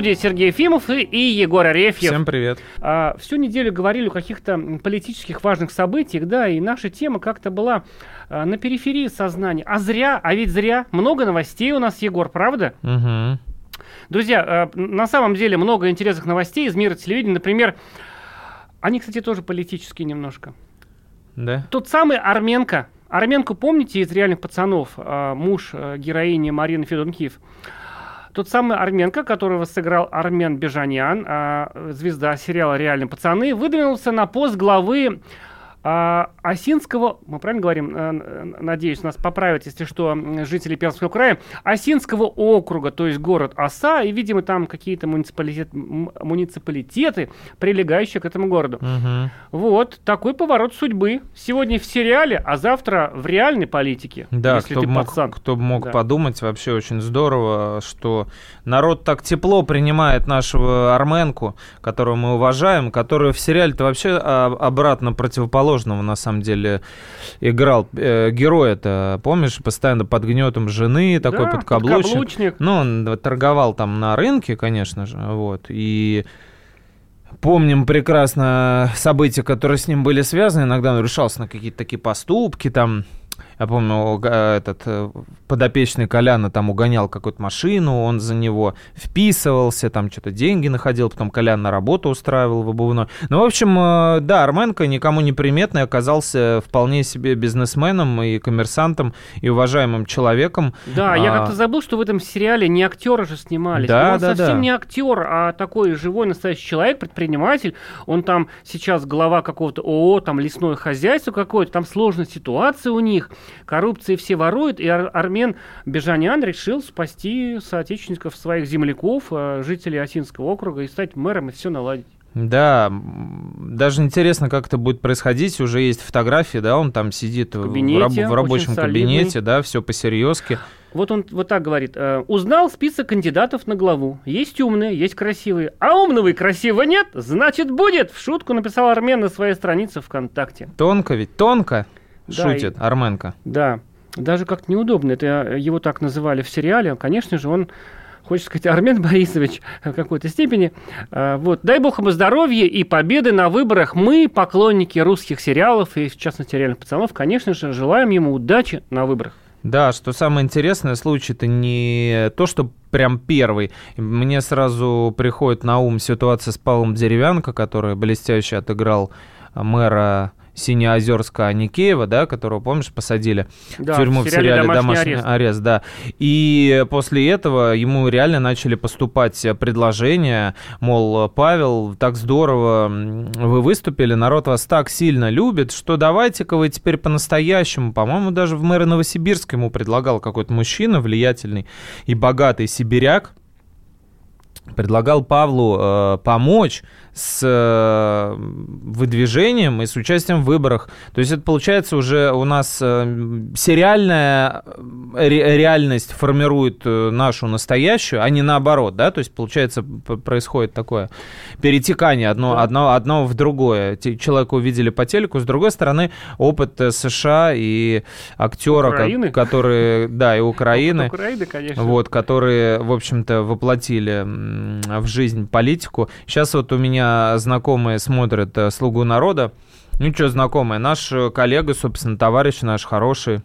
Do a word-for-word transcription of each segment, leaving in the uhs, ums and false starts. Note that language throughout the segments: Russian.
студии Сергей Ефимов и, и Егор Арефьев. Всем привет. А, всю неделю говорили о каких-то политических важных событиях, да, и наша тема как-то была а, на периферии сознания. А зря, а ведь зря. Много новостей у нас, Егор, правда? Угу. Друзья, а, на самом деле много интересных новостей из мира телевидения. Например, они, кстати, тоже политические немножко. Да? Тот самый Арменко. Арменку помните из «Реальных пацанов», а, муж а, героини Марины Федункив? Тот самый Арменко, которого сыграл Армен Бежанян, а, звезда сериала «Реальные пацаны», выдвинулся на пост главы а, Осинского, мы правильно говорим, а, надеюсь, нас поправят, если что, жители Пермского края, Осинского округа, то есть город Оса, и, видимо, там какие-то муниципалитет, муниципалитеты, прилегающие к этому городу. Угу. Вот, такой поворот судьбы. Сегодня в сериале, а завтра в реальной политике. Да, если кто ты бы мог, пацан. кто бы мог Да. подумать, вообще очень здорово, что народ так тепло принимает нашего Арменку, которого мы уважаем, который в сериале-то вообще обратно противоположного на самом деле играл. Э, герой это, помнишь, постоянно под гнетом жены, такой Да, подкаблучник. подкаблучник. Ну, он торговал там на рынке, конечно же, вот, и... Помним прекрасно события, которые с ним были связаны. Иногда он решался на какие-то такие поступки. Там, я помню, этот подопечный Коляна там угонял какую-то машину, он за него вписывался, там что-то деньги находил, потом Колян на работу устраивал в обувной. Ну, в общем, да, Арменко никому не приметный, оказался вполне себе бизнесменом и коммерсантом, и уважаемым человеком. Да, а... я как-то забыл, что в этом сериале не актеры же снимались. Да, он да, совсем да. не актер, а такой живой настоящий человек, предприниматель. Он там сейчас глава какого-то ООО, там лесное хозяйство какое-то, там сложная ситуация у них, коррупции все воруют, и Ар- Армен Бежанян решил спасти соотечественников, своих земляков, жителей Осинского округа, и стать мэром, и все наладить. Да, даже интересно, как это будет происходить. Уже есть фотографии, да, он там сидит в, кабинете, в, раб- в рабочем кабинете, да, все по-серьезки. Вот он вот так говорит. Узнал список кандидатов на главу. Есть умные, есть красивые. А умного и красивого нет, значит будет. В шутку написал Армен на своей странице ВКонтакте. Тонко ведь, тонко да, шутит и, Арменко. Да, даже как-то неудобно. Это его так называли в сериале. Конечно же, он... Хочется сказать, Армен Борисович в какой-то степени. Вот. Дай бог ему здоровья и победы на выборах. Мы, поклонники русских сериалов и, в частности, «Реальных пацанов», конечно же, желаем ему удачи на выборах. Да, что самое интересное, случай-то не то, что прям первый. Мне сразу приходит на ум ситуация с Павлом Деревянко, который блестяще отыграл мэра Синеозерска Аникеева, да, которого, помнишь, посадили да, в тюрьму в сериале, в сериале «Домашний, домашний арест. арест». Да. И после этого ему реально начали поступать предложения, мол, Павел, так здорово вы выступили, народ вас так сильно любит, что давайте-ка вы теперь по-настоящему, по-моему, даже в мэра Новосибирска ему предлагал какой-то мужчина, влиятельный и богатый сибиряк, предлагал Павлу э, помочь с э, выдвижением и с участием в выборах. То есть это, получается, уже у нас э, сериальная ре, реальность формирует нашу настоящую, а не наоборот, да? То есть, получается, происходит такое перетекание одно, да. одно, одно в другое. Человека увидели по телеку, с другой стороны, опыт США и актера, Украины. ко- которые, да, и Украины, опыт Украины, конечно. Вот, которые, в общем-то, воплотили в жизнь политику. Сейчас вот у меня знакомые смотрят «Слугу народа». Ну, что знакомые? Наш коллега, собственно, товарищ наш хороший,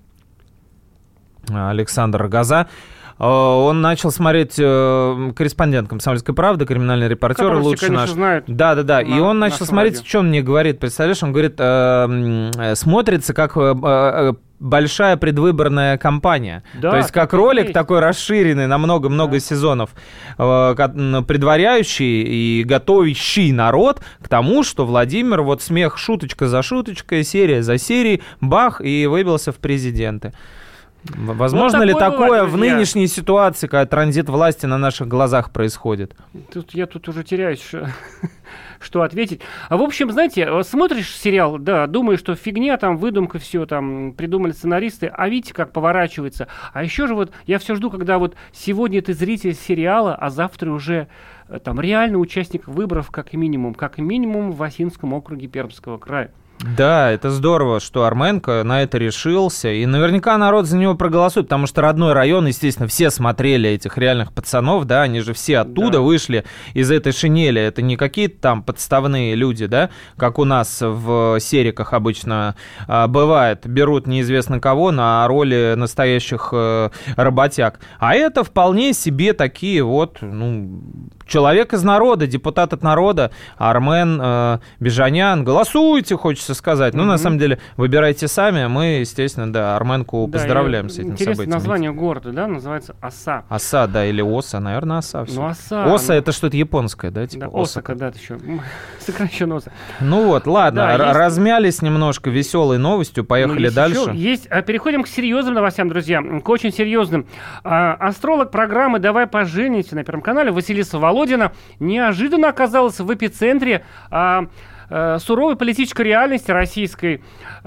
Александр Рогоза, он начал смотреть «Корреспондент «Комсомольской правды», криминальный репортер, которого лучше все, конечно, наш. Знают Да-да-да. И он начал смотреть, радио. Что он мне говорит, представляешь, он говорит, э, смотрится как э, большая предвыборная кампания. Да, то есть как ролик есть. Такой расширенный на много-много да. сезонов, э, предваряющий и готовящий народ к тому, что Владимир, вот смех шуточка за шуточкой, серия за серией, бах, и выбился в президенты. Возможно вот ли такое, такое бывает, в нынешней ситуации, когда транзит власти на наших глазах происходит? Тут, я тут уже теряюсь, что, что ответить. А в общем, знаете, смотришь сериал, да, думаешь, что фигня, там, выдумка, все, там, придумали сценаристы, а видите, как поворачивается. А еще же вот, я все жду, когда вот сегодня ты зритель сериала, а завтра уже там реально участник выборов, как минимум, как минимум в Осинском округе Пермского края. Да, это здорово, что Арменко на это решился, и наверняка народ за него проголосует, потому что родной район, естественно, все смотрели этих реальных пацанов, да, они же все оттуда да. вышли из этой шинели, это не какие-то там подставные люди, да, как у нас в сериках обычно а, бывает, берут неизвестно кого на роли настоящих а, работяг, а это вполне себе такие вот, ну, человек из народа, депутат от народа, Армен э, Бежанян, голосуйте, хочется сказать. Ну, mm-hmm. на самом деле, выбирайте сами. Мы, естественно, да, Арменку да, поздравляем с этим интересное событием. Название города, да, называется Оса. Оса, да, или Оса, наверное, Оса. Все. Ну, Оса. Оса ну... это что-то японское, да? Типа да, Осака, да, это еще сокращенно Оса. Ну вот, ладно, да, р- есть... размялись немножко веселой новостью, поехали ну, есть дальше. Еще, есть, переходим к серьезным новостям, друзья, к очень серьезным. А, астролог программы «Давай поженимся» на Первом канале Василиса Володина неожиданно оказалась в эпицентре а, а, суровой политической реальности российской.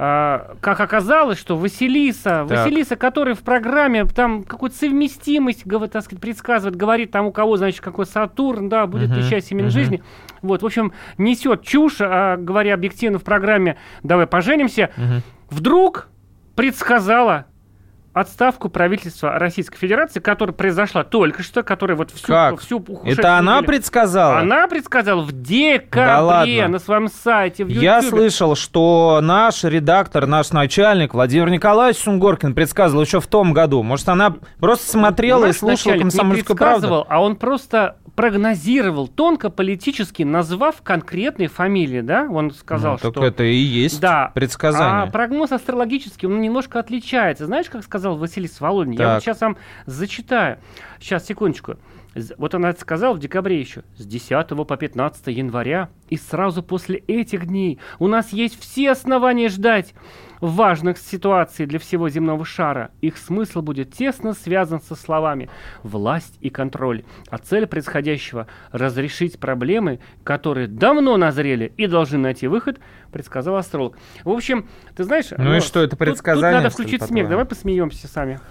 А, как оказалось, что Василиса, так. Василиса, которая в программе там какую-то совместимость, говорит, так сказать, предсказывает, говорит там у кого, значит, какой Сатурн, да, будет uh-huh, вещать семейной uh-huh. жизни. Вот, в общем, несет чушь, а, говоря объективно в программе «Давай поженимся», uh-huh. вдруг предсказала отставку правительства Российской Федерации, которая произошла только что, которая вот всю... Как? всю Это она неделю... предсказала? Она предсказала в декабре да на своем сайте, в Ютубе. Я слышал, что наш редактор, наш начальник Владимир Николаевич Сунгоркин предсказывал еще в том году. Может, она просто смотрела наш и слушала «Комсомольскую правду»? А он просто прогнозировал тонко политически, назвав конкретные фамилии, да? Он сказал, ну, что... Так это и есть да. предсказание. А прогноз астрологический, он немножко отличается. Знаешь, как сказал Василиса Володина? Так. Я вот сейчас вам зачитаю. Сейчас, секундочку. Вот она это сказала в декабре еще. С десятого по пятнадцатое января и сразу после этих дней у нас есть все основания ждать важных ситуаций для всего земного шара. Их смысл будет тесно связан со словами «власть и контроль». А цель происходящего – разрешить проблемы, которые давно назрели и должны найти выход, предсказал астролог. В общем, ты знаешь... Ну, ну и что, это предсказание? Тут, тут надо включить смех. Давай посмеемся сами.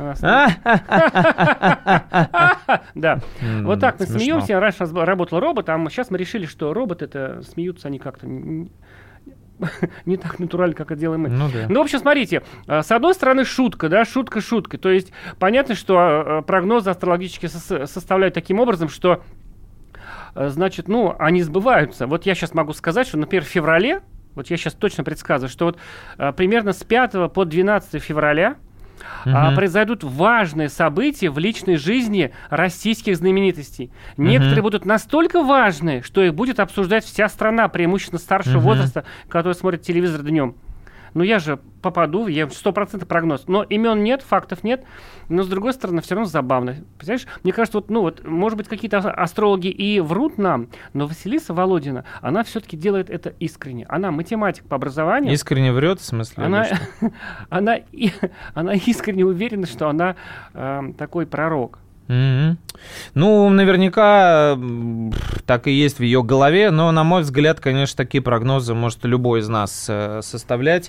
Да. Вот так мы смеемся. Раньше у нас работал робот, а сейчас мы решили, что роботы это смеются они как-то... не так натурально, как это делаем мы. Ну, да. ну, в общем, смотрите, с одной стороны, шутка, да, шутка шуткой. То есть, понятно, что прогнозы астрологически со- составляют таким образом, что, значит, ну, они сбываются. Вот я сейчас могу сказать, что, например, в феврале, вот я сейчас точно предсказываю, что вот а, примерно с пятого по двенадцатое февраля Uh-huh. а, произойдут важные события в личной жизни российских знаменитостей. Некоторые uh-huh. будут настолько важные, что их будет обсуждать вся страна, преимущественно старшего uh-huh. возраста, который смотрит телевизор днем. Ну, я же попаду, я сто процентов прогноз. Но имен нет, фактов нет. Но, с другой стороны, все равно забавно. Понимаешь? Мне кажется, вот, ну, вот, может быть, какие-то астрологи и врут нам, но Василиса Володина, она все-таки делает это искренне. Она математик по образованию. Искренне врет, в смысле? Она, она, она искренне уверена, что она э, такой пророк. Mm-hmm. Ну, наверняка так и есть в ее голове, но, на мой взгляд, конечно, такие прогнозы может любой из нас э, составлять.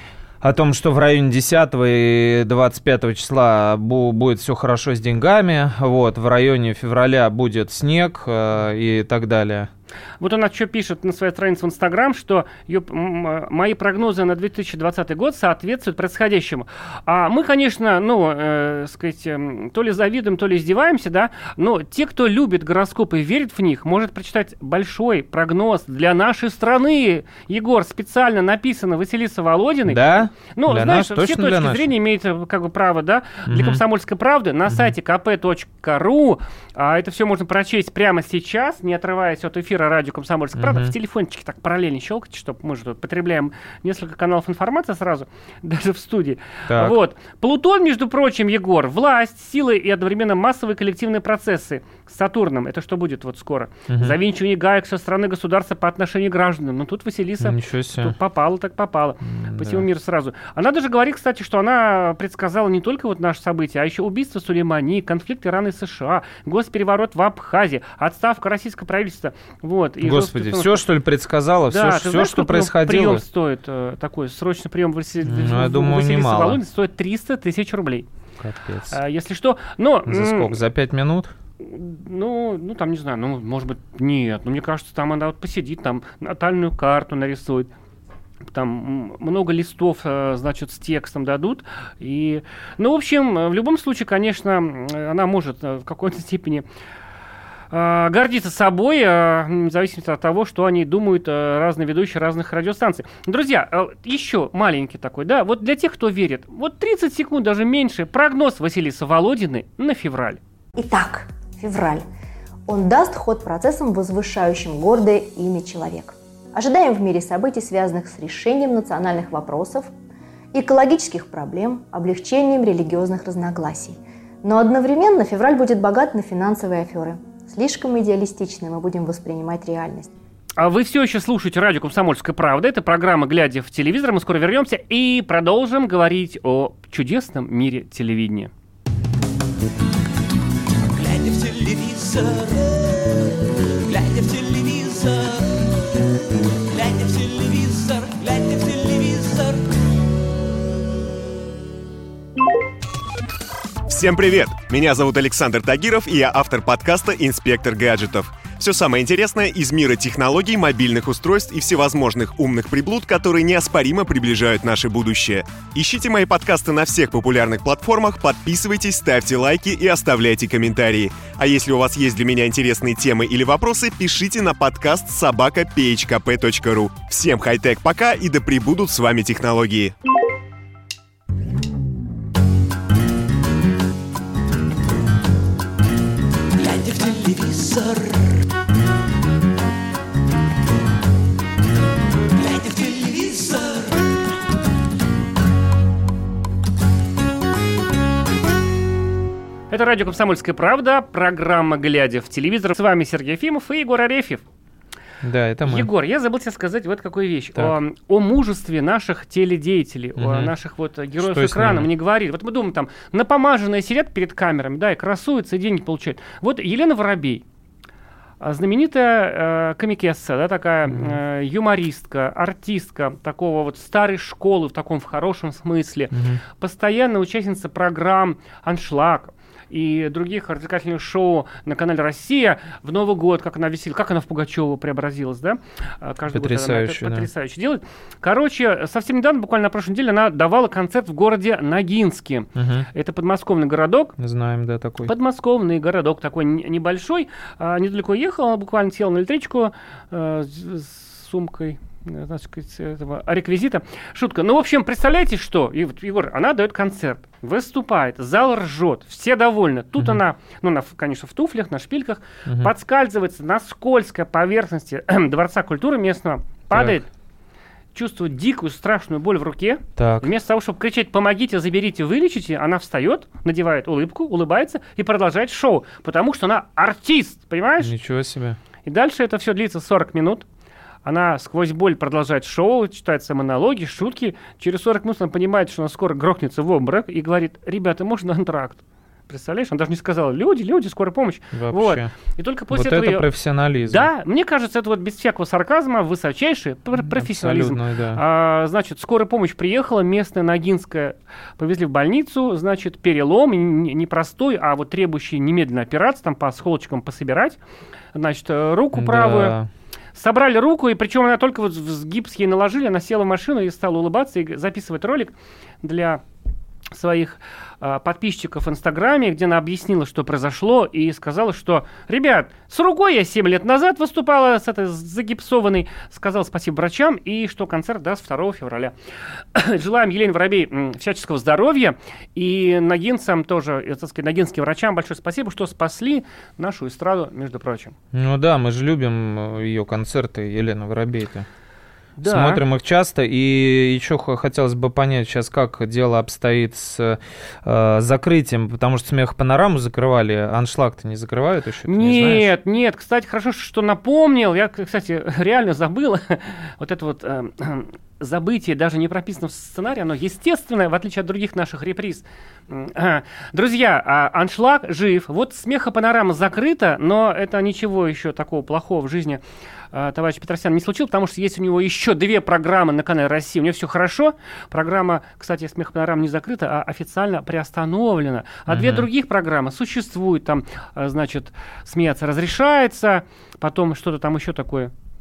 О том, что в районе десятого и двадцать пятого числа бу- будет все хорошо с деньгами, вот, в районе февраля будет снег э, и так далее. Вот она что пишет на своей странице в Инстаграм, что ее, м- мои прогнозы на две тысячи двадцатый год соответствуют происходящему. А мы, конечно, ну, э, сказать, э, то ли завидуем, то ли издеваемся, да, но те, кто любит гороскопы и верит в них, может прочитать большой прогноз для нашей страны. Егор, специально написано Василиса Володиной. Да? Ну, для знаешь, нас, все точки зрения имеют как бы право, да, для угу. «Комсомольской правды» на угу. сайте ка пэ точка ру. А это все можно прочесть прямо сейчас, не отрываясь от эфира радио «Комсомольская правда», uh-huh. в телефончике так параллельно щелкать, чтобы мы же тут потребляем несколько каналов информации сразу, даже в студии. Так. Вот. Плутон, между прочим, Егор, власть, силы и одновременно массовые коллективные процессы с Сатурном. Это что будет вот скоро? Uh-huh. Завинчивание гаек со стороны государства по отношению к гражданам. Ну, тут Василиса тут попала, так попала. Mm, по всему да. миру сразу. Она даже говорит, кстати, что она предсказала не только вот наши события, а еще убийство Сулеймани, конфликт Ирана и США, госпереворот в Абхазии, отставка российского правительства. Вот, и Господи, все, что ли, предсказала? Да, все, все знаешь, что происходило? Прием стоит, э, такой срочный прием в Василисе ну, Володиной стоит триста тысяч рублей. Капец. А, если что, но... За сколько? За пять минут? Ну, ну, там, не знаю, ну, может быть, нет. Но мне кажется, там она вот посидит, там натальную карту нарисует. там много листов, значит, с текстом дадут. И, ну, в общем, в любом случае, конечно, она может в какой-то степени гордиться собой, в зависимости от того, что они думают разные ведущие разных радиостанций. Друзья, еще маленький такой, да, вот для тех, кто верит, вот тридцать секунд, даже меньше, прогноз Василисы Володиной на февраль. Итак, февраль. Он даст ход процессам, возвышающим гордое имя человека. Ожидаем в мире событий, связанных с решением национальных вопросов, экологических проблем, облегчением религиозных разногласий. Но одновременно февраль будет богат на финансовые аферы. Слишком идеалистично мы будем воспринимать реальность. А вы все еще слушаете радио «Комсомольская правда». Это программа «Глядя в телевизор». Мы скоро вернемся и продолжим говорить о чудесном мире телевидения. Глядя в телевизор, глядя в телевизор, глядя в телевизор, глядя в телевизор. Всем привет! Меня зовут Александр Тагиров, и я автор подкаста «Инспектор гаджетов». Все самое интересное из мира технологий, мобильных устройств и всевозможных умных приблуд, которые неоспоримо приближают наше будущее. Ищите мои подкасты на всех популярных платформах, подписывайтесь, ставьте лайки и оставляйте комментарии. А если у вас есть для меня интересные темы или вопросы, пишите на подкаст собака пи эйч кей пи точка ру. Всем хай-тек пока, и да пребудут с вами технологии! Телевизор. Глядя в телевизор. Это радио «Комсомольская правда», программа «Глядя в телевизор». С вами Сергей Ефимов и Егор Арефьев. Да, это мы. Егор, я забыл тебе сказать вот какую вещь. О, о мужестве наших теледеятелей, угу. О наших вот героев что экрана. Мы не говорили. Вот мы думаем, там, напомаженные сидят перед камерами, да, и красуются, и деньги получают. Вот Елена Воробей, знаменитая э, комикесса, да, такая mm-hmm. э, юмористка, артистка такого вот старой школы в таком в хорошем смысле, mm-hmm. постоянная участница программ «Аншлаг» и других развлекательных шоу на канале «Россия» в Новый год, как она веселила, как она в Пугачеву преобразилась, да? Каждый потрясающе, год она да. потрясающе делает. Короче, совсем недавно, буквально на прошлой неделе, она давала концерт в городе Ногинске. Угу. Это подмосковный городок. Знаем, да, такой. Подмосковный городок такой небольшой. Недалеко ехала, буквально села на электричку э, с сумкой, значит, этого реквизита. Шутка. Ну, в общем, представляете, что? И вот, Егор, она дает концерт, выступает, зал ржет, все довольны. Тут uh-huh. она, ну, на, конечно, в туфлях, на шпильках, uh-huh. подскальзывается на скользкой поверхности Дворца культуры местного, падает, так. чувствует дикую, страшную боль в руке. Так. Вместо того, чтобы кричать «помогите, заберите, вылечите», она встает, надевает улыбку, улыбается и продолжает шоу, потому что она артист, понимаешь? Ничего себе. И дальше это все длится сорок минут. Она сквозь боль продолжает шоу, читает свои монологи, шутки. Через сорок минут она понимает, что она скоро грохнется в обморок и говорит: ребята, можно антракт? Представляешь? Она даже не сказала: люди, люди, скорая помощь. Вот. И только после вот этого... это ее... профессионализм. Да, мне кажется, это вот без всякого сарказма высочайший профессионализм. Да. А, значит, скорая помощь приехала, местная Ногинская, повезли в больницу, значит, перелом, непростой, а вот требующий немедленной операции, там по осколочкам пособирать. Значит, руку да. правую. Собрали руку, и причем она только вот в гипс ей наложили, она села в машину и стала улыбаться и записывать ролик для своих э, подписчиков в Инстаграме, где она объяснила, что произошло, и сказала, что, ребят, с рукой я семь лет назад выступала с этой загипсованной, сказала спасибо врачам, и что концерт даст второго февраля. Желаем Елене Воробей всяческого здоровья, и ногинцам тоже, так сказать, ногинским врачам большое спасибо, что спасли нашу эстраду, между прочим. Ну да, мы же любим ее концерты, Елены Воробей-то. Да. Смотрим их часто, и еще хотелось бы понять сейчас, как дело обстоит с э, закрытием, потому что «Смех-панораму» закрывали, «Аншлаг»-то не закрывают еще? Нет, не нет, кстати, хорошо, что напомнил, я, кстати, реально забыла вот это вот... Э, забытие даже не прописано в сценарии, оно естественное, в отличие от других наших реприз. Друзья, «Аншлаг» жив. Вот «Смеха-панорама» закрыта, но это ничего еще такого плохого в жизни товарища Петросяна не случилось, потому что есть у него еще две программы на канале «Россия». У него все хорошо. Программа, кстати, «Смеха-панорама» не закрыта, а официально приостановлена. А uh-huh. две других программы существуют. Там, значит, «Смеяться разрешается», потом что-то там еще такое.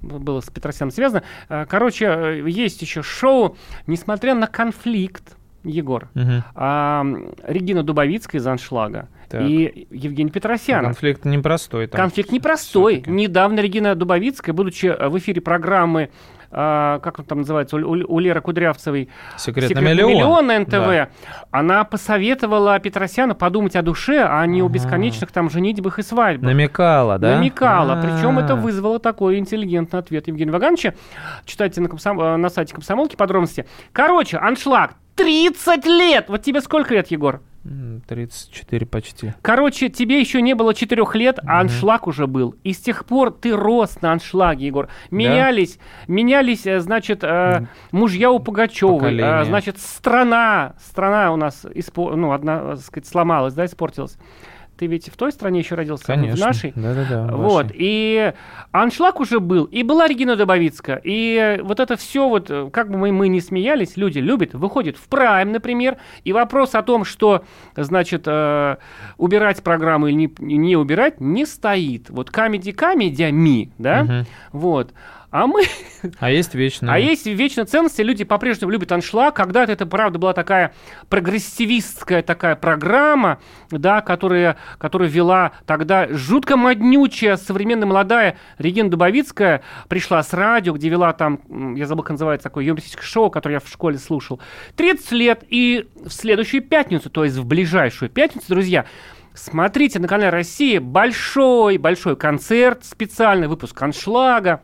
было с Петросяном связано. Короче, есть еще шоу, несмотря на конфликт, Егор, Угу. а, Регина Дубовицкая из «Аншлага» Так. и Евгений Петросян. Конфликт непростой. Там Конфликт непростой. всё-таки. Недавно Регина Дубовицкая, будучи в эфире программы, а, как он там называется, у, у Леры Кудрявцевой Секрет, «Секрет на миллион. на эн тэ вэ», Да. она посоветовала Петросяну подумать о душе, а не о Ага. бесконечных там женитьбах и свадьбах. Намекала, да? Намекала. Причем это А. вызвало такой интеллигентный ответ Евгения Вагановича. Читайте на, комсом... на сайте комсомолки подробности. Короче, «Аншлаг». тридцать лет! Вот тебе сколько лет, Егор? М, тридцать четыре почти. Короче, тебе еще не было четырех лет, а аншлаг уже был. И с тех пор ты рос на аншлаге, Егор. Менялись, менялись, э, значит, э, мужья у Пугачевой. Поколение. э, значит, страна, страна у нас, испо- ну, одна, так сказать, сломалась, да, испортилась. Ты ведь в той стране еще родился, Конечно. в нашей. Да-да-да. Вот, вашей. и аншлаг уже был, и была Регина Дубовицкая, и вот это все, вот, как бы мы, мы не смеялись, люди любят, выходит в прайм, например, и вопрос о том, что, значит, э, убирать программу или не, не убирать, не стоит. Вот комеди комедиями, да, Мгм. вот. А мы... А есть вечное. А есть вечные ценности, люди по-прежнему любят аншлаг. Когда-то это, правда, была такая прогрессивистская такая программа, да, которая, которую вела тогда жутко моднючая, современно молодая Регина Дубовицкая. Пришла с радио, где вела там, м, я забыл, как называется, такое юмористическое шоу, которое я в школе слушал. тридцать лет, и в следующую пятницу, то есть в ближайшую пятницу, друзья, смотрите на канале «Россия» большой-большой концерт, специальный выпуск аншлага.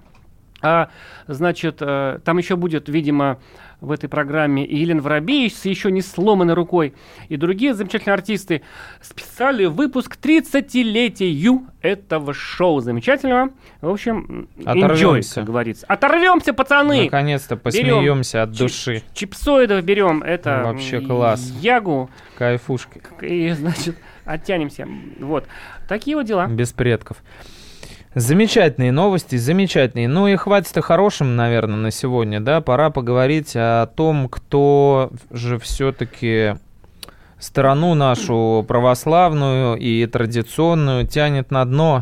А, значит, э, там еще будет, видимо, в этой программе и Елена Воробей с еще не сломанной рукой, и другие замечательные артисты. Специальный выпуск тридцатилетию этого шоу замечательного. В общем, enjoy, Оторвемся. как говорится. Оторвемся, пацаны! Наконец-то посмеемся от Чип- души. Чипсоидов берем, это Вообще м, класс. ягу, Кайфушки. и, значит, оттянемся. Вот. Такие вот дела. Без предков. Замечательные новости, замечательные. Ну и хватит о хорошем, наверное, на сегодня, да? Пора поговорить о том, кто же все-таки страну нашу православную и традиционную тянет на дно.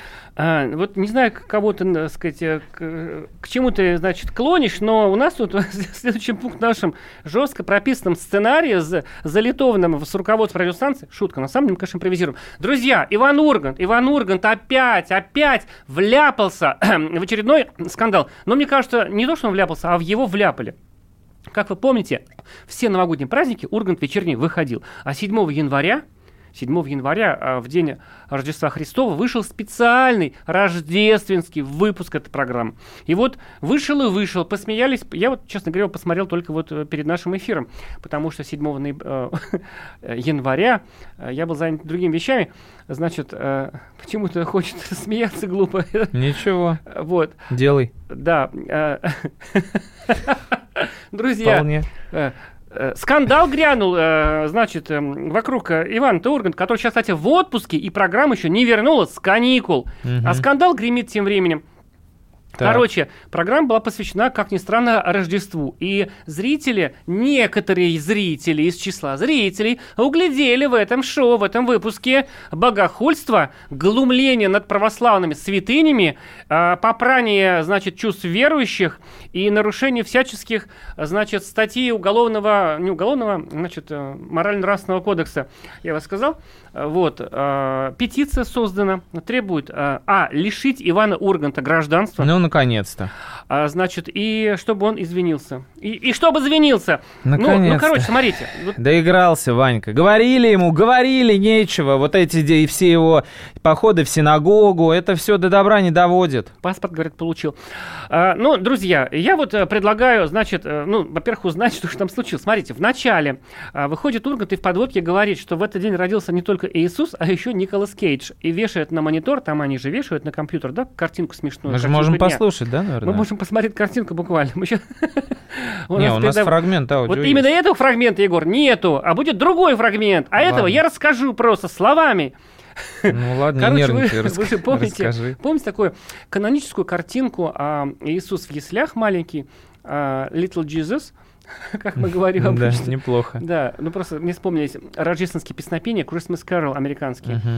А, вот не знаю, к кого ты, так сказать, э, к, к чему ты, значит, клонишь, но у нас тут следующий пункт в нашем жестко прописанном сценарии, за, залитованном с руководством радиостанции, шутка, на самом деле мы, конечно, импровизируем. Друзья, Иван Ургант, Иван Ургант опять, опять вляпался в очередной скандал. Но мне кажется, не то, что он вляпался, а в его вляпали. Как вы помните, все новогодние праздники Ургант вечерний выходил, а седьмого января седьмого января, в день Рождества Христова, вышел специальный рождественский выпуск этой программы. И вот вышел и вышел, посмеялись. Я вот, честно говоря, посмотрел только вот перед нашим эфиром, потому что седьмого января я был занят другими вещами. Значит, почему-то хочется смеяться глупо. Ничего. Вот. Делай. Да. Друзья. Вполне. Скандал грянул, значит, вокруг Ивана Урганта, который сейчас, кстати, в отпуске, и программа еще не вернулась с каникул. Мгм. А скандал гремит тем временем. Так. Короче, программа была посвящена, как ни странно, Рождеству. И зрители, некоторые зрители из числа зрителей, углядели в этом шоу, в этом выпуске богохульство, глумление над православными святынями, э, попрание, значит, чувств верующих и нарушение всяческих, значит, статей уголовного, не уголовного, значит, э, морально-нравственного кодекса. Я вас сказал. Вот. Э, петиция создана, требует, э, а, лишить Ивана Урганта гражданства. Ну, наконец-то. А, значит, и чтобы он извинился. И, и чтобы извинился. Ну, ну, Наконец-то. короче, смотрите. Вот Доигрался Ванька. Говорили ему, говорили, нечего. Вот эти де- все его походы в синагогу, это все до добра не доводит. паспорт, говорят, получил. А, ну, друзья, я вот э, предлагаю, значит, э, ну, во-первых, узнать, что же там случилось. Смотрите, в начале а, выходит Ургант и в подводке говорит, что в этот день родился не только Иисус, а еще Николас Кейдж. И вешает на монитор, там они же вешают на компьютер, да, картинку смешную. Мы же картинку можем дня. послушать, да, наверное? Мы можем посмотреть картинку буквально. Мы щас- Не, у нас передав- фрагмент аудио Вот есть. именно этого фрагмента, Егор, нету, а будет другой фрагмент. А этого Ладно. я расскажу просто словами. Ну ладно, Короче, не вы, нервничай, вы раска- же помните, расскажи. помните такую каноническую картинку а, Иисус в яслях маленький, а, Little Jesus, как мы говорим Да, обычно. неплохо. Да, ну просто мне вспомнились рождественские песнопения, Christmas Carol американские. Мгм.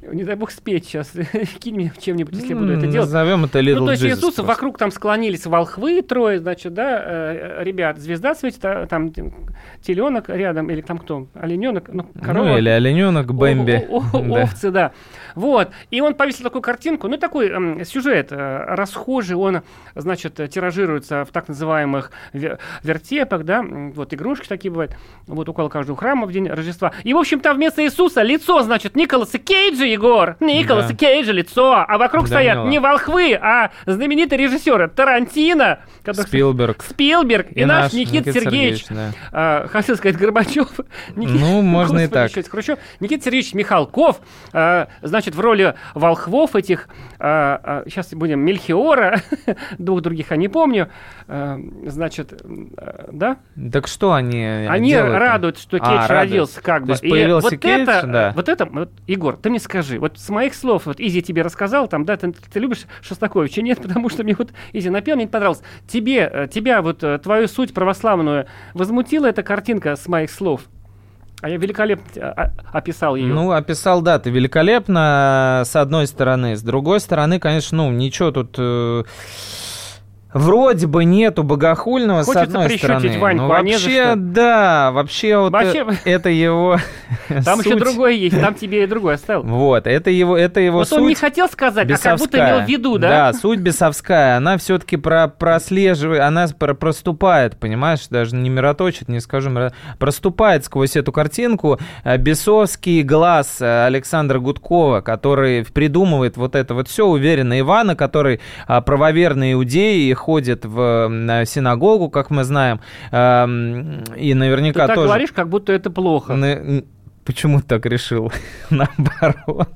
Не дай бог спеть сейчас. Кинь мне чем-нибудь, если я буду это делать. Назовем это Little Jesus. Ну, то есть Jesus Иисуса просто. вокруг там склонились волхвы трое, значит, да, э, ребят, звезда светит, а, там теленок рядом, или там кто, олененок, ну, корова. Ну, или олененок, Бэмби. О- о- о- Да. Овцы, да. Вот. И он повесил такую картинку, ну, такой эм, сюжет э, расхожий, он, значит, тиражируется в так называемых ве- вертепах, да, м, вот игрушки такие бывают, вот около каждого храма в день Рождества. И, в общем-то, вместо Иисуса лицо, значит, Николаса Кейджа, Егор, Николаса Да. Кейджа лицо, а вокруг Да, стоят мило. не волхвы, а знаменитые режиссеры Тарантино, который- Спилберг. Спилберг и, И наш наш Никита, Никита Сергеевич, Сергеевич, а, хотел сказать Горбачев, Никита- Ну, можно и Господи, так. что это, Хрущев. Никита Сергеевич Михалков, а, значит, в роли волхвов этих, а, а, сейчас будем Мельхиора, двух других я не помню, а, значит, а, да? Так что они Они делают? радуют, что А, Кейдж радуются. родился, как То бы. есть появился вот Кейдж, это, да. вот это, вот, Егор, ты мне скажи, вот с моих слов, вот Изи тебе рассказал, там, да, ты, ты любишь Шостаковича? Нет, потому что мне вот Изи напел, мне не понравилось. Тебе, э, тебя, вот, э, твою суть православную возмутила эта картинка с моих слов? А я великолепно а, описал ее. Ну, описал, да, ты великолепно, с одной стороны. С другой стороны, конечно, ну, ничего тут... э, Вроде бы нету богохульного, с Хочется одной прищучить стороны. Ваньку, Но а не за вообще, что. да, вообще вот Вообще- э- это его Там еще суть. другое есть, там тебе и другое оставил. Вот, это его, это его Вот суть. он не хотел сказать, а как будто имел в виду, да? Да, суть бесовская. Она все-таки про, прослеживает, она про, проступает, понимаешь, даже не мироточит, не скажу, миро- проступает сквозь эту картинку э, бесовский глаз э, Александра Гудкова, который придумывает вот это вот все, уверенно Ивана, который э, правоверный иудей и ходит в э, синагогу, как мы знаем, э, и Ты наверняка так тоже... говоришь, как будто это плохо. Н- Почему ты так решил? Наоборот.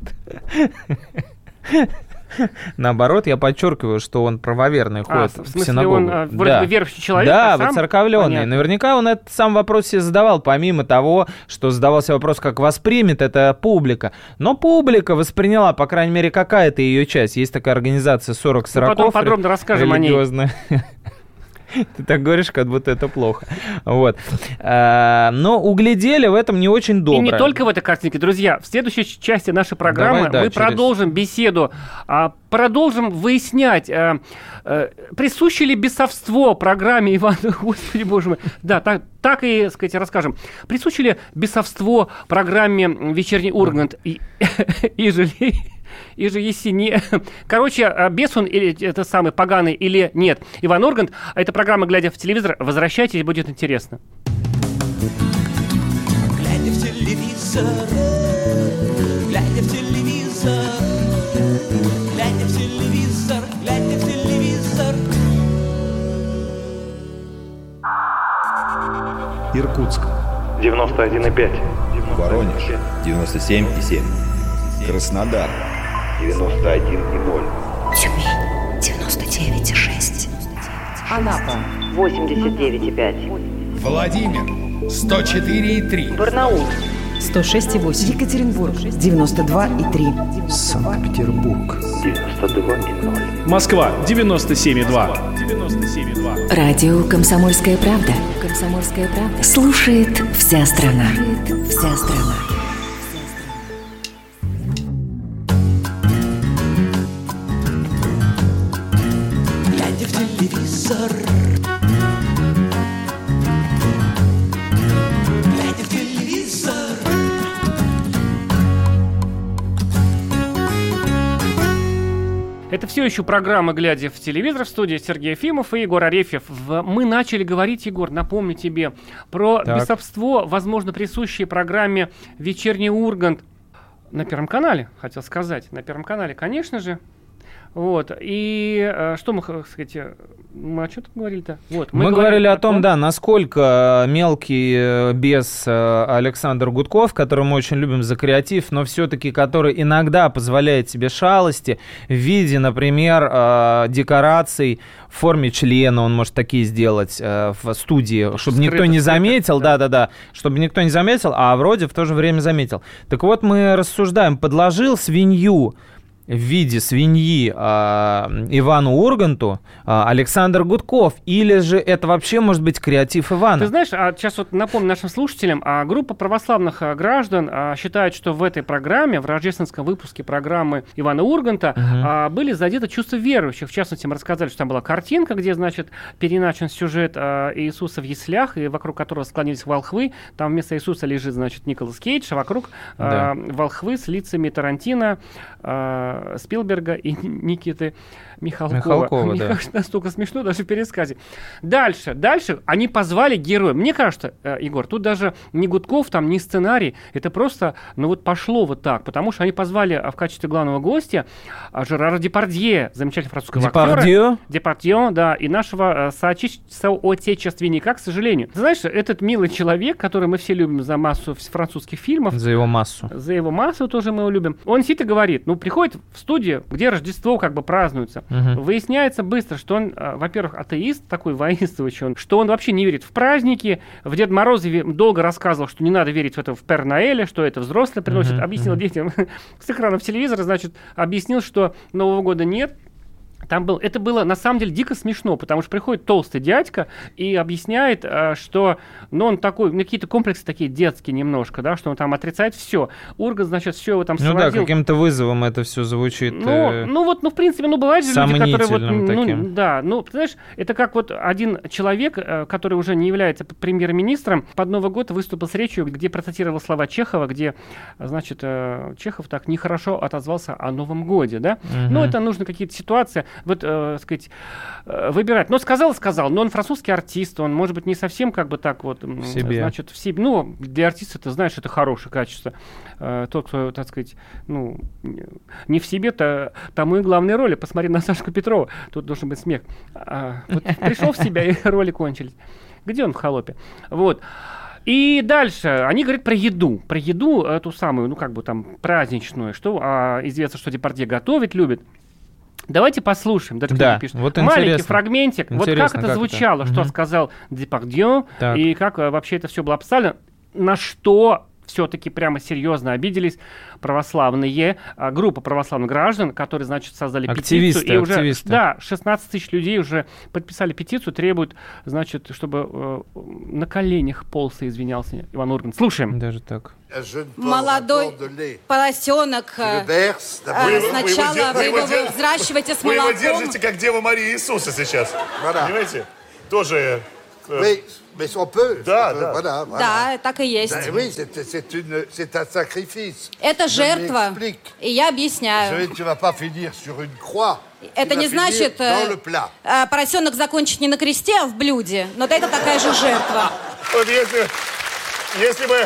Наоборот, я подчеркиваю, что он правоверный, А, ходит в в смысле, синагогу. он а, вроде Да. бы верующий человек, Да, а сам- воцерковленный. Понятно. Наверняка он этот сам вопрос себе задавал, помимо того, что задавался вопрос, как воспримет это публика. Но публика восприняла, по крайней мере, какая-то ее часть. Есть такая организация сорок сорок. Ну, потом подробно расскажем о ней. религиозная. Ты так говоришь, как будто это плохо. Вот. А, но углядели в этом не очень И доброе. не только в этой картинке, друзья. В следующей части нашей программы Давай, да, мы через- продолжим беседу, а, продолжим выяснять, а, а, присуще ли бесовство программе Ивана, Господи, боже мой, да, так, так и, так сказать, расскажем. Присуще ли бесовство программе «Вечерний Ургант» и, и жили... И же если не... Короче, а, бес он или это самый поганый или нет. Иван Ургант, а эта программа «Глядя в телевизор». Возвращайтесь, будет интересно. Глядя в телевизор, глядя в телевизор, глядя в телевизор, глядя в телевизор. Иркутск, девяносто один и пять. Воронеж, девяносто семь и семь, Краснодар, девяносто один и ноль. Тюмень девяносто девять и шесть. Анапа восемьдесят девять и пять. Владимир сто четыре и три. Барнаул сто шесть и восемь. Екатеринбург девяносто два и три. Санкт-Петербург, девяносто два и ноль. Москва девяносто семь и два. Радио «Комсомольская правда». «Комсомольская правда». Слушает вся страна. Вся страна. Глядя в телевизор, глядя в телевизор. Это все еще программа «Глядя в телевизор», в студии Сергей Ефимов и Егор Арефьев. В- Мы начали говорить, Егор, напомню тебе, про Так. бесовство, возможно, присущее программе «Вечерний Ургант» на Первом канале, хотел сказать. На Первом канале, конечно же. Вот. И э, что мы, х- сказать, э, мы о чем тут говорили-то? Вот, Мы, говорили о том, да, насколько мелкий э, бес э, Александр Гудков, которого мы очень любим за креатив, но все-таки который иногда позволяет себе шалости в виде, например, э, декораций в форме члена, он может такие сделать э, в студии, чтобы Скрыто, никто не скрыто, заметил, да. да-да-да, чтобы никто не заметил, а вроде в то же время заметил. Так вот, мы рассуждаем, подложил свинью в виде свиньи а, Ивану Урганту а, Александр Гудков? Или же это вообще может быть креатив Ивана? Ты знаешь, а сейчас вот напомню нашим слушателям, а группа православных а, граждан а, считает, что в этой программе, в рождественском выпуске программы Ивана Урганта, угу. а, были задеты чувства верующих. В частности, мы рассказали, что там была картинка, где, значит, переначен сюжет а, Иисуса в яслях, и вокруг которого склонились волхвы. Там вместо Иисуса лежит, значит, Николас Кейдж, а вокруг да. а, волхвы с лицами Тарантино, а, Спилберга и Никиты Михалкова. Михалкова, Мне да. кажется, настолько смешно даже в пересказе. Дальше, дальше они позвали героя. Мне кажется, э, Егор, тут даже не Гудков, там не сценарий, это просто, ну вот пошло вот так, потому что они позвали а, в качестве главного гостя а, Жерара Депардье, замечательного французского Депардье? актера. Депардье, да, и нашего э, соотече- соотечественника, к сожалению. Ты знаешь, этот милый человек, который мы все любим за массу французских фильмов. За его массу. За его массу тоже мы его любим. Он сидит и говорит, ну, приходит в студию, где Рождество как бы празднуется. Угу. Выясняется быстро, что он, во-первых, атеист такой воинствующий, что он вообще не верит в праздники. В Дед Морозе долго рассказывал, что не надо верить в это в Пер Ноэля, что это взрослые приносят. Uh-huh, объяснил uh-huh. детям с экранов телевизора, значит, объяснил, что Нового года нет. Там был, это было на самом деле дико смешно, потому что приходит толстый дядька и объясняет, что, ну, он такой, ну, какие-то комплексы такие детские немножко, да, что он там отрицает все. Ургант, значит, все его там ну сводил. Ну да, каким-то вызовом это все звучит. Ну, э... ну вот, ну, в принципе, ну, бывают же люди, которые вот, таким. ну, да, ну, ты знаешь, это как вот один человек, который уже не является премьер-министром, под Новый год выступил с речью, где процитировал слова Чехова, где, значит, Чехов так нехорошо отозвался о Новом годе, да. Угу. Ну, это нужно какие-то ситуации, вот, э, сказать, э, выбирать. Но сказал, сказал, но он французский артист, он, может быть, не совсем как бы так вот, в себе. Значит, в себе. Ну, для артиста, ты знаешь, это хорошее качество. Э, тот, кто, так сказать, ну, не в себе-то, тому и главные роли. Посмотри на Сашку Петрова, тут должен быть смех. А, вот пришел в себя, и роли кончились. Где он в «Холопе»? Вот. И дальше они говорят про еду. Про еду эту самую, ну, как бы там, праздничную. Что а, известно, что Депардье готовить любит. Давайте послушаем. Даже да, пишет. вот маленький фрагментик. Интересно, вот как это как звучало, это? что Угу. сказал Депардье, так. и как а, вообще это все было обставлено. На что все-таки прямо серьезно обиделись православные, а, группа православных граждан, которые, значит, создали активисты, петицию. И уже, активисты. да, шестнадцать тысяч людей уже подписали петицию, требуют, значит, чтобы э, на коленях полз и извинялся Иван Ургант. Слушаем. Даже так. Молодой поросенок, э, сначала вы его взращиваете с молоком. Вы его держите, как Дева Мария Иисуса сейчас. Понимаете? Тоже... Oui, mais on peut. Да, on peut, да. Да, voilà, voilà. так и есть. Ben oui, c'est, c'est, une, c'est un sacrifice. Это жертва, и я объясняю. Je, tu vas pas finir sur une croix. Это не значит, э, э, поросенок закончит не на кресте, а в блюде. Но это такая же жертва. Вот если, если бы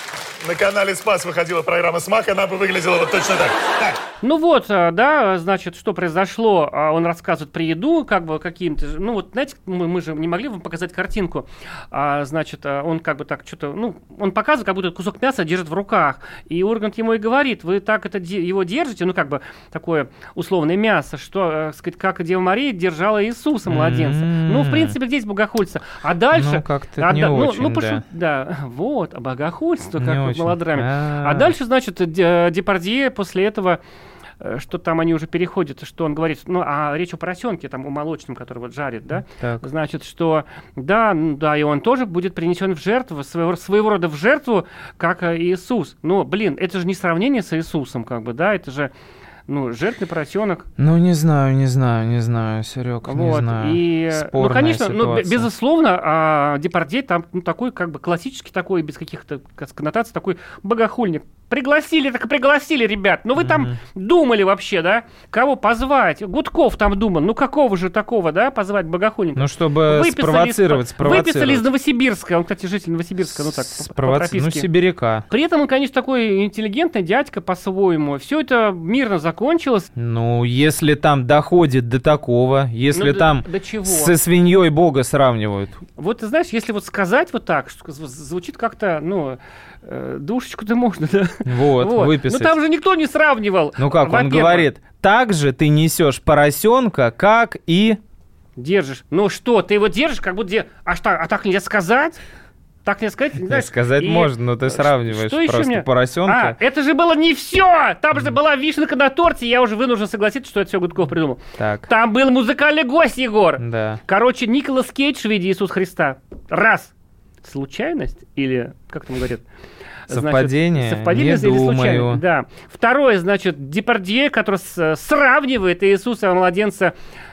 на канале «Спас» выходила программа «Смак», она бы выглядела вот точно так. так. Ну вот, да, значит, что произошло, он рассказывает про еду, как бы каким-то, ну вот, знаете, мы, мы же не могли вам показать картинку, а, значит, он как бы так что-то, ну, он показывает, как будто кусок мяса держит в руках, и Ургант ему и говорит, вы так это его держите, ну, как бы такое условное мясо, что, сказать, как Дева Мария держала Иисуса, младенца. Mm-hmm. Ну, в принципе, здесь богохульство. А дальше... Ну, как-то а, не да, очень, ну, ну, да. Пошу, да, вот, а богохульство, как не в мелодраме. А-а-а. А дальше, значит, Депардье после этого... что там они уже переходят, что он говорит, ну, а речь о поросенке, там, о молочном, который вот жарит, да, так. Значит, что, да, да, и он тоже будет принесен в жертву, своего, своего рода в жертву, как Иисус. Но, блин, это же не сравнение с Иисусом, как бы, да, это же, ну, жертвный поросенок. Ну, не знаю, не знаю, не знаю, Серег, вот. не знаю. И, спорная ну, конечно, ситуация. Ну, безусловно, а, Депардье там, ну, такой, как бы, классический такой, без каких-то коннотаций, такой богохульник. Пригласили, так и пригласили, ребят. Ну, вы mm-hmm. там думали вообще, да? Кого позвать? Гудков там думал. Ну, какого же такого, да, позвать богохульника? Ну, чтобы выписали спровоцировать, из, спровоцировать. Выписали из Новосибирска. Он, кстати, житель Новосибирска, ну, так, Спровоци... по-прописке. Ну, сибиряка. При этом он, конечно, такой интеллигентный дядька по-своему. Все это мирно закончилось. Ну, если там доходит до такого, если ну, там до, до чего? со свиньей Бога сравнивают. Вот, ты знаешь, если вот сказать вот так, звучит как-то, ну... Душечку-то можно, да? Вот, вот, выписать. Но там же никто не сравнивал. Ну как, он говорит, так же ты несешь поросенка, как и... Держишь. Ну что, ты его держишь, как будто... А что, а так нельзя сказать? так не сказать. Не знаешь, сказать и... можно, но ты сравниваешь что просто мне... поросенка. А, это же было не все! Там же была вишенка на торте, я уже вынужден согласиться, что это все Гудков придумал. Так. Там был музыкальный гость, Егор. Да. Короче, Николас Кейдж в виде Иисуса Христа. Раз. Случайность? Или, как там говорят? Совпадение? Значит, совпадение не или думаю. случайно? Да. Второе, значит, Депардье, который с, сравнивает Иисуса младенца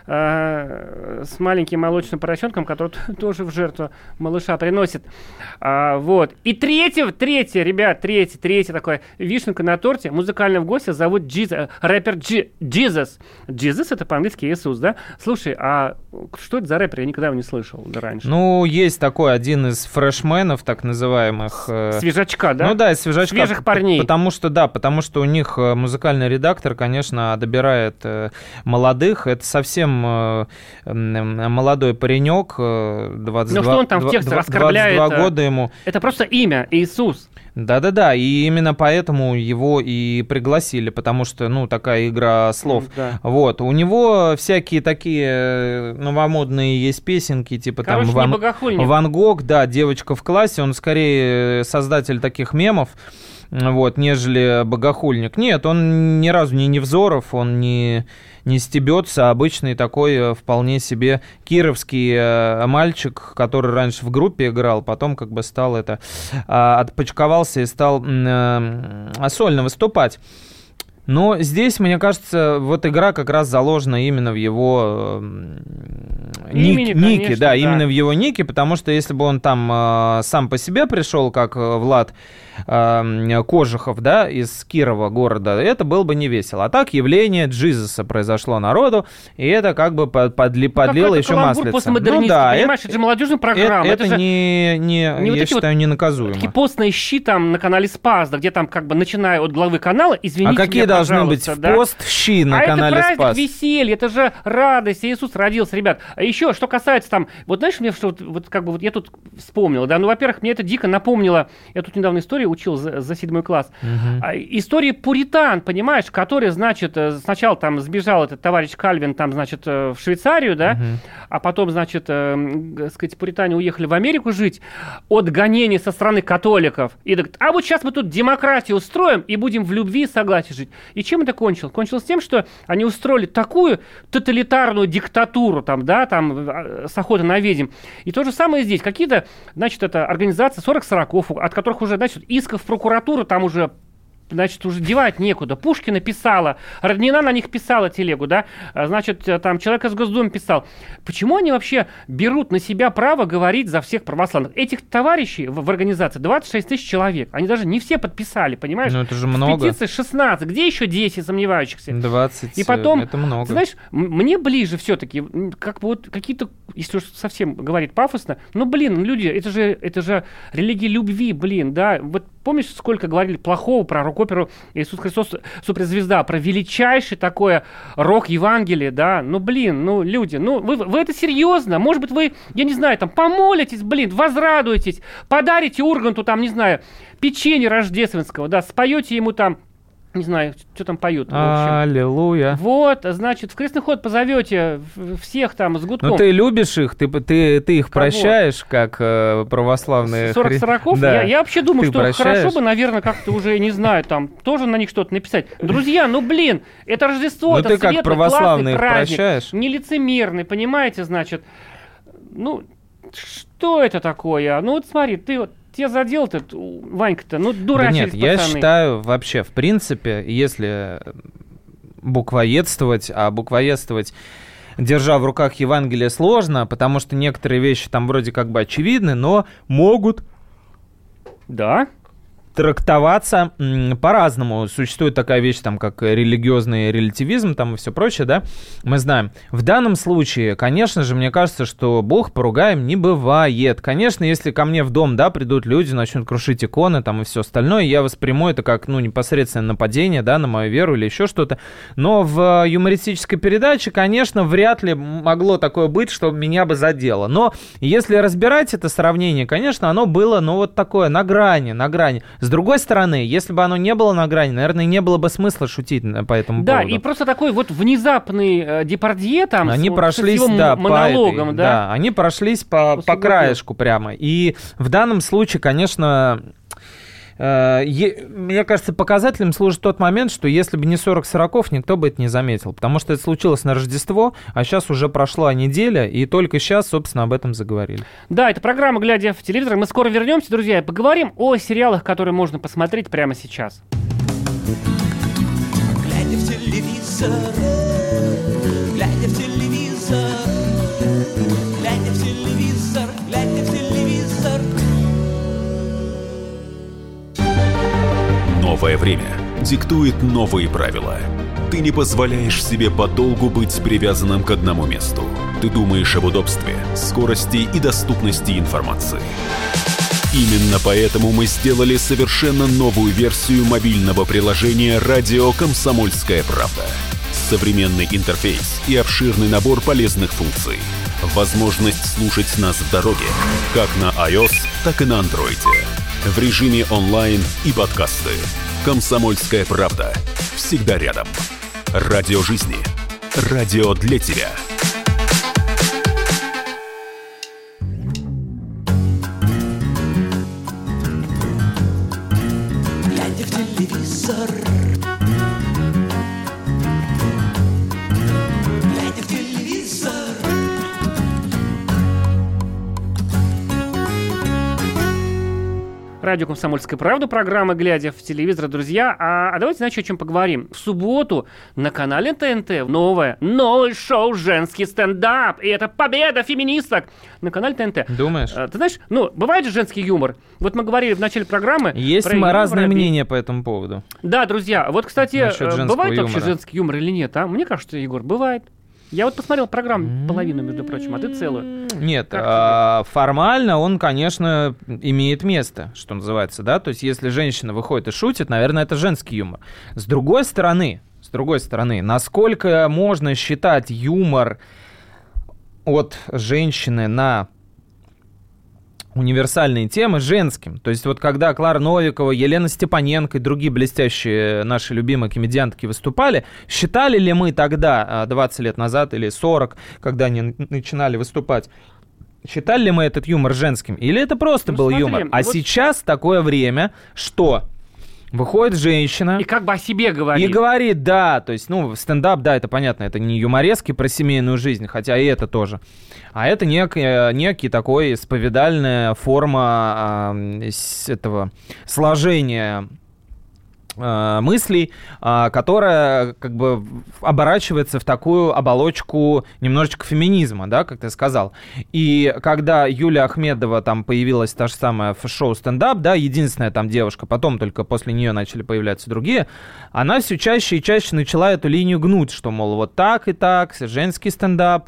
э, с маленьким молочным поросенком, который тоже в жертву малыша приносит. А, вот. И третье, третье, ребят, третье, третье такое вишенка на торте. Музыкального гостя зовут Джиз, рэпер Джизус. Джизус — это по-английски Иисус, да? Слушай, а что это за рэпер? Я никогда его не слышал раньше. Ну, есть такой один из фрешменов, так называемых. Э... Свежачка, да? Ну да, из свежачка. Свежих парней. Потому что, да, потому что у них музыкальный редактор, конечно, добирает э, молодых. Это совсем э, э, молодой паренек, э, двадцать два, ну что он там в тексте оскорбляет? двадцать два года ему. Это просто имя, Иисус. Да-да-да, и именно поэтому его и пригласили, потому что, ну, такая игра слов. Да. Вот, у него всякие такие новомодные есть песенки, типа Короче, там Ван... Ван Гог, да, девочка в классе, он скорее создатель таких мемов, вот, нежели богохульник. Нет, он ни разу не Невзоров, он не, не стебется, а обычный такой вполне себе кировский э, мальчик, который раньше в группе играл, потом как бы стал это, э, отпочковался и стал э, сольно выступать. Но здесь, мне кажется, вот игра как раз заложена именно в его э, Имени, ник, конечно, нике, да, да, именно в его нике, потому что если бы он там э, сам по себе пришел, как Влад э, Кожухов, да, из Кирова города, это было бы не весело. А так явление Джизуса произошло народу, и это как бы подли, подлило еще маслица. Ну да, понимаешь, это, это же молодежная программа. Это, это, это же не, не, не я вот считаю, вот ненаказуемо. Такие постные щи там на канале Спас, да, где там как бы начиная от главы канала, извините а какие меня, должны быть в да? пост щи на а канале Спас? А это праздник Спас? веселья, это же радость, Иисус родился, ребят. А еще, что касается там, вот знаешь, мне что, вот, вот как бы вот я тут вспомнил, да, ну, во-первых, мне это дико напомнило, я тут недавно историю учил за, за седьмой класс, uh-huh. а, истории пуритан, понимаешь, которые, значит, сначала там сбежал этот товарищ Кальвин, там, значит, в Швейцарию, да, uh-huh. а потом, значит, э, сказать, пуритане уехали в Америку жить от гонений со стороны католиков, и говорят, а вот сейчас мы тут демократию устроим и будем в любви и согласии жить. И чем это кончилось? Кончилось тем, что они устроили такую тоталитарную диктатуру, там, да, там, с охотой на ведьм. И то же самое здесь. Какие-то, значит, это организация сорок сороков, от которых уже, значит, исков в прокуратуру там уже, значит, уже девать некуда. Пушкина писала, Роднина на них писала телегу, да, значит, там человек из Госдумы писал. Почему они вообще берут на себя право говорить за всех православных? Этих товарищей в, в организации двадцать шесть тысяч человек. Они даже не все подписали, понимаешь? Ну, это же много. В петиции шестнадцать. Где еще десять сомневающихся? двадцать. И потом, это много. Ты знаешь, мне ближе все-таки, как бы вот какие-то, если уж совсем говорить пафосно, ну, блин, люди, это же, это же религия любви, блин, да. Вот помнишь, сколько говорили плохого про рок-оперу «Иисус Христос суперзвезда», про величайшее такое рок-евангелие, да? Ну, блин, ну, люди, ну, вы, вы это серьезно? Может быть, вы, я не знаю, там, помолитесь, блин, возрадуетесь, подарите Урганту, там, не знаю, печенье рождественского, да, споете ему там, не знаю, что там поют. Аллилуйя. Вот, значит, в крестный ход позовете всех там с гудком. Ну, ты любишь их, ты, ты, ты их Кого? прощаешь, как э, православные... сорок сороков? Да. Я, я вообще думаю, ты что прощаешь? Хорошо бы, наверное, как-то уже, не знаю, там, тоже на них что-то написать. Друзья, ну, блин, это Рождество, ну, это ты светлый, как православный классный праздник. Прощаешь? Нелицемерный, понимаете, значит. Ну, что это такое? Ну, вот смотри, ты вот тебя задел этот Ванька-то, ну, дурачились да нет, пацаны. Я считаю, вообще, в принципе, если буквоедствовать, а буквоедствовать, держа в руках Евангелие, сложно, потому что некоторые вещи там вроде как бы очевидны, но могут... Да? трактоваться м, по-разному. Существует такая вещь, там, как религиозный релятивизм, там, и все прочее, да, мы знаем. В данном случае, конечно же, мне кажется, что Бог поругаем не бывает. Конечно, если ко мне в дом, да, придут люди, начнут крушить иконы, там, и все остальное, я восприму это как, ну, непосредственно нападение, да, на мою веру или еще что-то. Но в юмористической передаче, конечно, вряд ли могло такое быть, что меня бы задело. Но если разбирать это сравнение, конечно, оно было, ну, вот такое, на грани, на грани. С другой стороны, если бы оно не было на грани, наверное, не было бы смысла шутить по этому да, поводу. Да, и просто такой вот внезапный э, Депардье там они с, прошлись, с его да, монологом, этой, да? да, они прошлись по, по краешку прямо. И в данном случае, конечно... Мне кажется, показателем служит тот момент, что если бы не сорок сороков, никто бы это не заметил, потому что это случилось на Рождество, а сейчас уже прошла неделя, и только сейчас, собственно, об этом заговорили. Да, это программа «Глядя в телевизор». Мы скоро вернемся, друзья, и поговорим о сериалах, которые можно посмотреть прямо сейчас. Глядя в телевизор, глядя в телевизор, глядя в телевизор, глядя в телевизор. Новое время диктует новые правила. Ты не позволяешь себе подолгу быть привязанным к одному месту. Ты думаешь об удобстве, скорости и доступности информации. Именно поэтому мы сделали совершенно новую версию мобильного приложения «Радио Комсомольская правда». Современный интерфейс и обширный набор полезных функций. Возможность слушать нас в дороге, как на iOS, так и на Android. В режиме онлайн и подкасты. «Комсомольская правда». Всегда рядом. Радио жизни. Радио для тебя. Глядя в телевизор, глядя в телевизор. Радио «Комсомольская правда», программа «Глядя в телевизор», друзья. А, а давайте, знаете, о чем поговорим. В субботу на канале ТНТ новое, новое шоу «Женский стендап». И это победа феминисток на канале ТНТ. Думаешь? А, ты знаешь, ну, бывает же женский юмор. Вот мы говорили в начале программы. Есть про разные юмор, мнения по этому поводу. Да, друзья. Вот, кстати, бывает юмора. вообще женский юмор или нет? А? Мне кажется, Егор, бывает. Я вот посмотрел программу, половину, между прочим, а ты целую. Нет, а, формально он, конечно, имеет место, что называется, да, то есть если женщина выходит и шутит, наверное, это женский юмор. С другой стороны, с другой стороны, насколько можно считать юмор от женщины на универсальные темы женским. То есть вот когда Клара Новикова, Елена Степаненко и другие блестящие наши любимые комедиантки выступали, считали ли мы тогда, двадцать лет назад или сорок, когда они начинали выступать, считали ли мы этот юмор женским? Или это просто ну, был смотри, юмор? А вот... сейчас такое время, что... Выходит женщина. И как бы о себе говорит. И говорит, да, то есть, ну, стендап, да, это понятно, это не юморески про семейную жизнь, хотя и это тоже. А это некий, некий такой исповедальная форма э, этого сложения э, мыслей, э, которая как бы оборачивается в такую оболочку немножечко феминизма, да, как ты сказал. И когда Юлия Ахмедова там появилась, та же самая в шоу «Стендап», да, единственная там девушка, потом только после нее начали появляться другие, она все чаще и чаще начала эту линию гнуть, что, мол, вот так и так, женский стендап,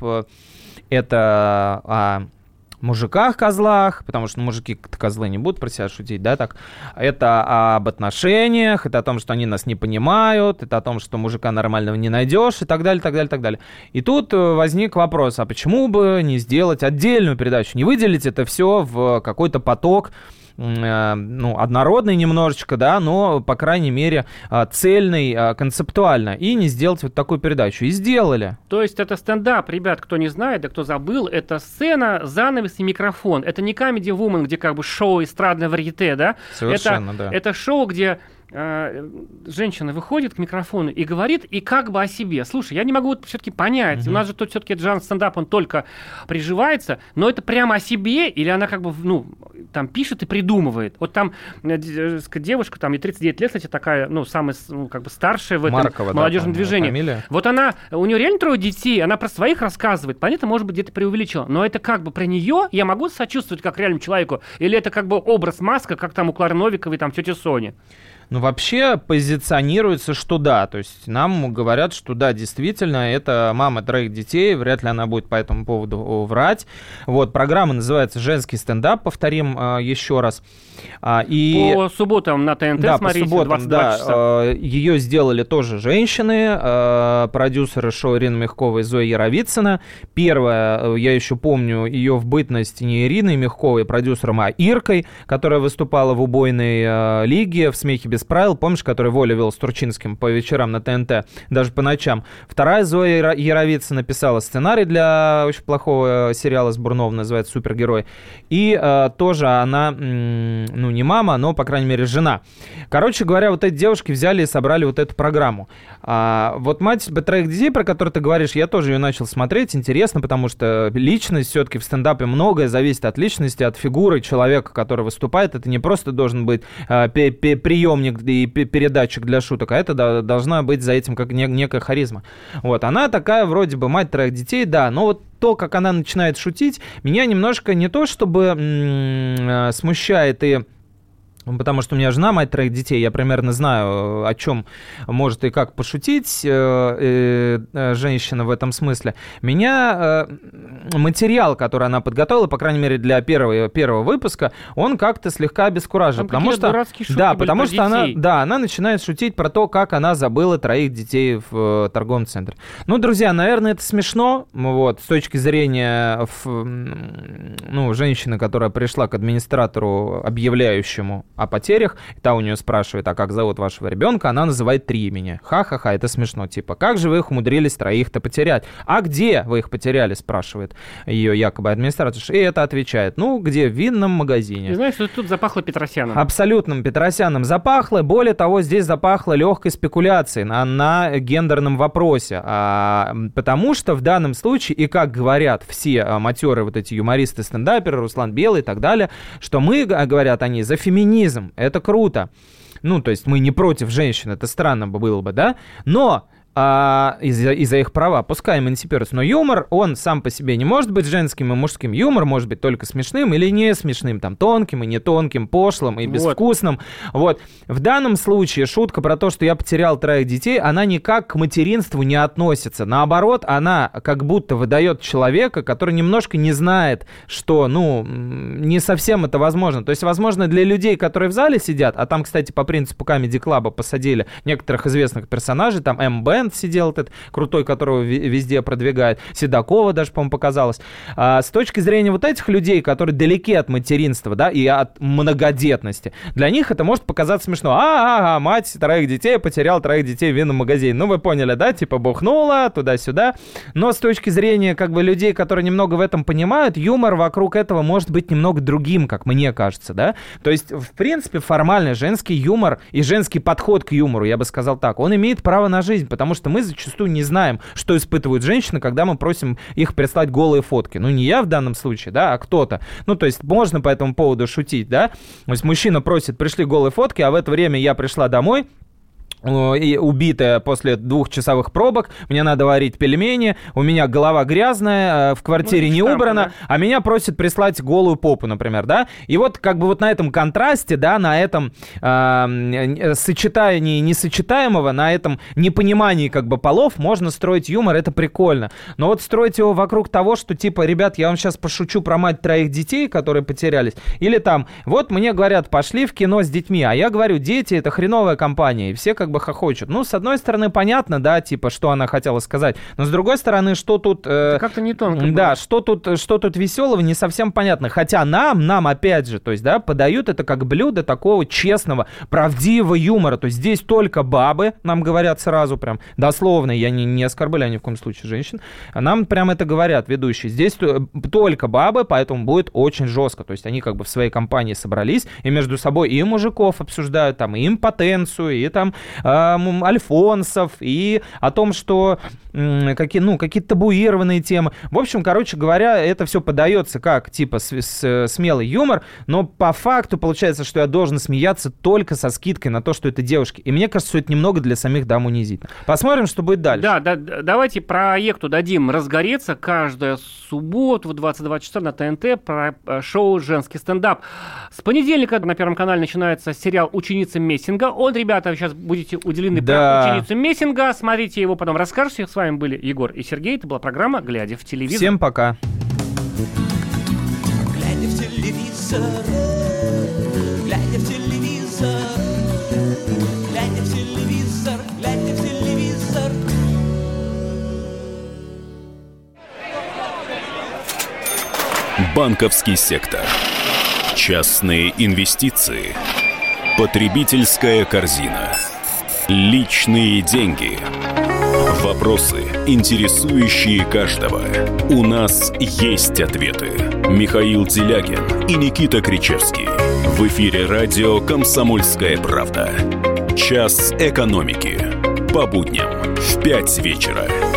это о мужиках-козлах, потому что ну, мужики-то козлы не будут про себя шутить, да, так. Это об отношениях, это о том, что они нас не понимают, это о том, что мужика нормального не найдешь, и так далее, так далее, так далее. И тут возник вопрос, а почему бы не сделать отдельную передачу, не выделить это все в какой-то поток, ну, однородный немножечко, да, но, по крайней мере, цельный, концептуально, и не сделать вот такую передачу. И сделали. То есть это стендап, ребят, кто не знает, да кто забыл, это сцена, занавес и микрофон. Это не Comedy Woman, где как бы шоу эстрадное варьете, да? Совершенно, это, да. Это шоу, где э, женщина выходит к микрофону и говорит, и как бы о себе. Слушай, я не могу вот все-таки понять, mm-hmm. у нас же тут все-таки жанр стендап, он только приживается, но это прямо о себе, или она как бы, ну, там пишет и придумывает. Вот там девушка, там ей тридцать девять лет, кстати, такая, ну, самая, ну, как бы старшая в этом Маркова, молодежном да, движении. Фамилия. Вот она, у нее реально трое детей, она про своих рассказывает. Понятно, может быть, где-то преувеличила, но это как бы про нее, я могу сочувствовать как реальному человеку, или это как бы образ маска, как там у Клары Новиковой, там, тети Сони? Ну, вообще позиционируется, что да. То есть нам говорят, что да, действительно, это мама троих детей. Вряд ли она будет по этому поводу врать. Вот, программа называется «Женский стендап», повторим э, еще раз. А, и... По субботам на ТНТ, да, смотрите, по субботам, двадцать два да, часа. Э, ее сделали тоже женщины, э, продюсеры шоу Ирина Мягкова и Зоя Яровицына. Первая, я еще помню ее в бытность не Ириной Мягковой, продюсером, а Иркой, которая выступала в «Убойной э, лиге», в «Смехе без правил», помнишь, который Воля вел с Турчинским по вечерам на ТНТ, даже по ночам. Вторая, Зоя Яровицына, написала сценарий для очень плохого сериала с Бурновым, называется «Супергерой». И э, тоже она... М- ну, не мама, но, по крайней мере, жена. Короче говоря, вот эти девушки взяли и собрали вот эту программу. А, вот «Мать троих детей», про которую ты говоришь, я тоже ее начал смотреть. Интересно, потому что личность все-таки в стендапе многое зависит от личности, от фигуры человека, который выступает. Это не просто должен быть а, п- п- приемник и п- передатчик для шуток, а это да, должна быть за этим как не- некая харизма. Вот, она такая вроде бы мать троих детей, да, но вот то, как она начинает шутить, меня немножко не то чтобы м- смущает и... Потому что у меня жена, мать троих детей, я примерно знаю, о чем может и как пошутить э, э, женщина в этом смысле. Меня э, материал, который она подготовила, по крайней мере для первого, первого выпуска, он как-то слегка обескуражил. Там потому что, да, потому что она, да, она начинает шутить про то, как она забыла троих детей в э, торговом центре. Ну, друзья, наверное, это смешно, вот, с точки зрения в, ну, женщины, которая пришла к администратору, объявляющему о потерях, и та у нее спрашивает, а как зовут вашего ребенка, она называет три имени. Ха-ха-ха, это смешно. Типа, как же вы их умудрились троих-то потерять? А где вы их потеряли, спрашивает ее якобы администратор. И это отвечает, ну, где? В винном магазине. И знаешь, что тут запахло Петросяном. Абсолютным Петросяном запахло. Более того, здесь запахло легкой спекуляцией на, на гендерном вопросе. А, потому что в данном случае, и как говорят все а, матеры, вот эти юмористы, стендаперы, Руслан Белый и так далее, что мы, говорят они, за феминизм. Это круто. Ну, то есть мы не против женщин, это странно было бы, да? Но а, из-за, из-за их права, пускай эмансипируются. Но юмор, он сам по себе не может быть женским и мужским. Юмор может быть только смешным или не смешным, там, тонким и не тонким, пошлым и безвкусным. Вот. Вот. В данном случае шутка про то, что я потерял троих детей, она никак к материнству не относится. Наоборот, она как будто выдает человека, который немножко не знает, что, ну, не совсем это возможно. То есть, возможно, для людей, которые в зале сидят, а там, кстати, по принципу Comedy Club посадили некоторых известных персонажей, там Эм Бен сидел этот крутой, которого везде продвигает. Седокова даже, по-моему, показалось. А, с точки зрения вот этих людей, которые далеки от материнства, да, и от многодетности, для них это может показаться смешно. А-а-а, мать троих детей потерял троих детей в винном магазине. Ну, вы поняли, да? Типа бухнула туда-сюда. Но с точки зрения, как бы, людей, которые немного в этом понимают, юмор вокруг этого может быть немного другим, как мне кажется, да? То есть, в принципе, формально женский юмор и женский подход к юмору, я бы сказал так, он имеет право на жизнь, потому что мы зачастую не знаем, что испытывают женщины, когда мы просим их прислать голые фотки. Ну, не я в данном случае, да, а кто-то. Ну, то есть можно по этому поводу шутить, да? То есть мужчина просит, пришли голые фотки, а в это время я пришла домой, и убитая после двухчасовых пробок, мне надо варить пельмени, у меня голова грязная, в квартире ну, не убрана, да. А меня просят прислать голую попу, например, да, и вот как бы вот на этом контрасте, да, на этом э, сочетании несочетаемого, на этом непонимании как бы полов можно строить юмор, это прикольно, но вот строить его вокруг того, что типа, ребят, я вам сейчас пошучу про мать троих детей, которые потерялись, или там, вот мне говорят, пошли в кино с детьми, а я говорю, дети это хреновая компания, и все как бы хохочут. Ну, с одной стороны, понятно, да, типа, что она хотела сказать, но с другой стороны, что тут... Э, как-то не тонко. Да, что тут, что тут веселого, не совсем понятно. Хотя нам, нам, опять же, то есть, да, подают это как блюдо такого честного, правдивого юмора. То есть, здесь только бабы, нам говорят сразу прям, дословно, я не, не оскорбляю ни в коем случае женщин, нам прям это говорят ведущие. Здесь только бабы, поэтому будет очень жестко. То есть, они как бы в своей компании собрались и между собой и мужиков обсуждают, там, и импотенцию, и там альфонсов, и о том, что какие, ну, какие-то табуированные темы. В общем, короче говоря, это все подается как, типа, с, с, смелый юмор, но по факту получается, что я должен смеяться только со скидкой на то, что это девушки. И мне кажется, что это немного для самих дам унизительно. Посмотрим, что будет дальше. Да, да, давайте проекту дадим разгореться каждую субботу в двадцать два часа на ТНТ про шоу «Женский стендап». С понедельника на Первом канале начинается сериал «Ученица Мессинга». Он, ребята, вы сейчас будете уделены да. про ученицу Мессинга. Смотрите его, потом расскажете. С вами были Егор и Сергей. Это была программа «Глядя в телевизор». Всем пока. Глядя в телевизор, глядя в телевизор, глядя в телевизор, глядя в телевизор. Банковский сектор. Частные инвестиции. Потребительская корзина. Личные деньги. Вопросы, интересующие каждого. У нас есть ответы. Михаил Делягин и Никита Кричевский. В эфире радио «Комсомольская правда». Час экономики. По будням в пять вечера.